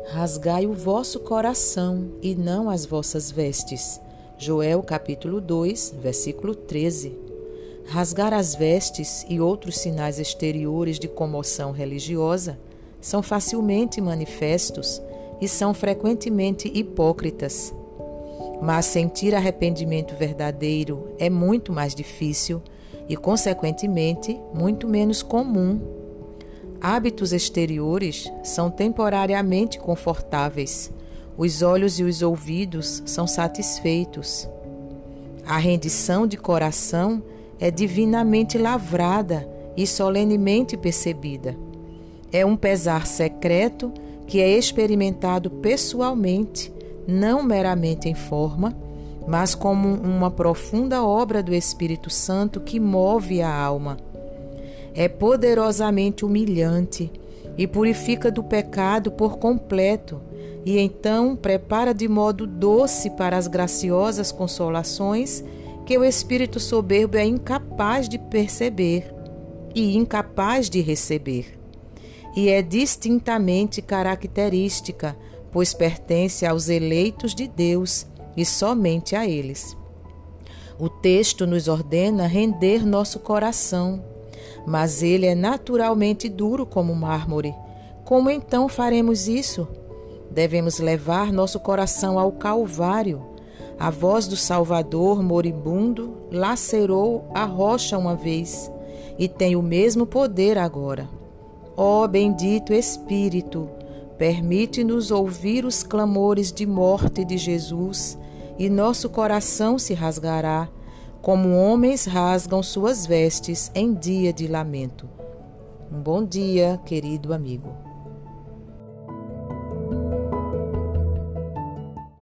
Rasgai o vosso coração e não as vossas vestes. Joel capítulo 2, versículo 13. Rasgar as vestes e outros sinais exteriores de comoção religiosa são facilmente manifestos e são frequentemente hipócritas. Mas sentir arrependimento verdadeiro é muito mais difícil e, consequentemente, muito menos comum. Hábitos exteriores são temporariamente confortáveis. Os olhos e os ouvidos são satisfeitos. A rendição de coração é divinamente lavrada e solenemente percebida. É um pesar secreto que é experimentado pessoalmente, não meramente em forma, mas como uma profunda obra do Espírito Santo que move a alma. É poderosamente humilhante e purifica do pecado por completo, e então prepara de modo doce para as graciosas consolações que o espírito soberbo é incapaz de perceber e incapaz de receber. E é distintamente característica, pois pertence aos eleitos de Deus e somente a eles. O texto nos ordena render nosso coração, mas ele é naturalmente duro como mármore. Como então faremos isso? Devemos levar nosso coração ao Calvário. A voz do Salvador moribundo lacerou a rocha uma vez e tem o mesmo poder agora. Ó bendito Espírito, permite-nos ouvir os clamores de morte de Jesus e nosso coração se rasgará, como homens rasgam suas vestes em dia de lamento. Um bom dia, querido amigo.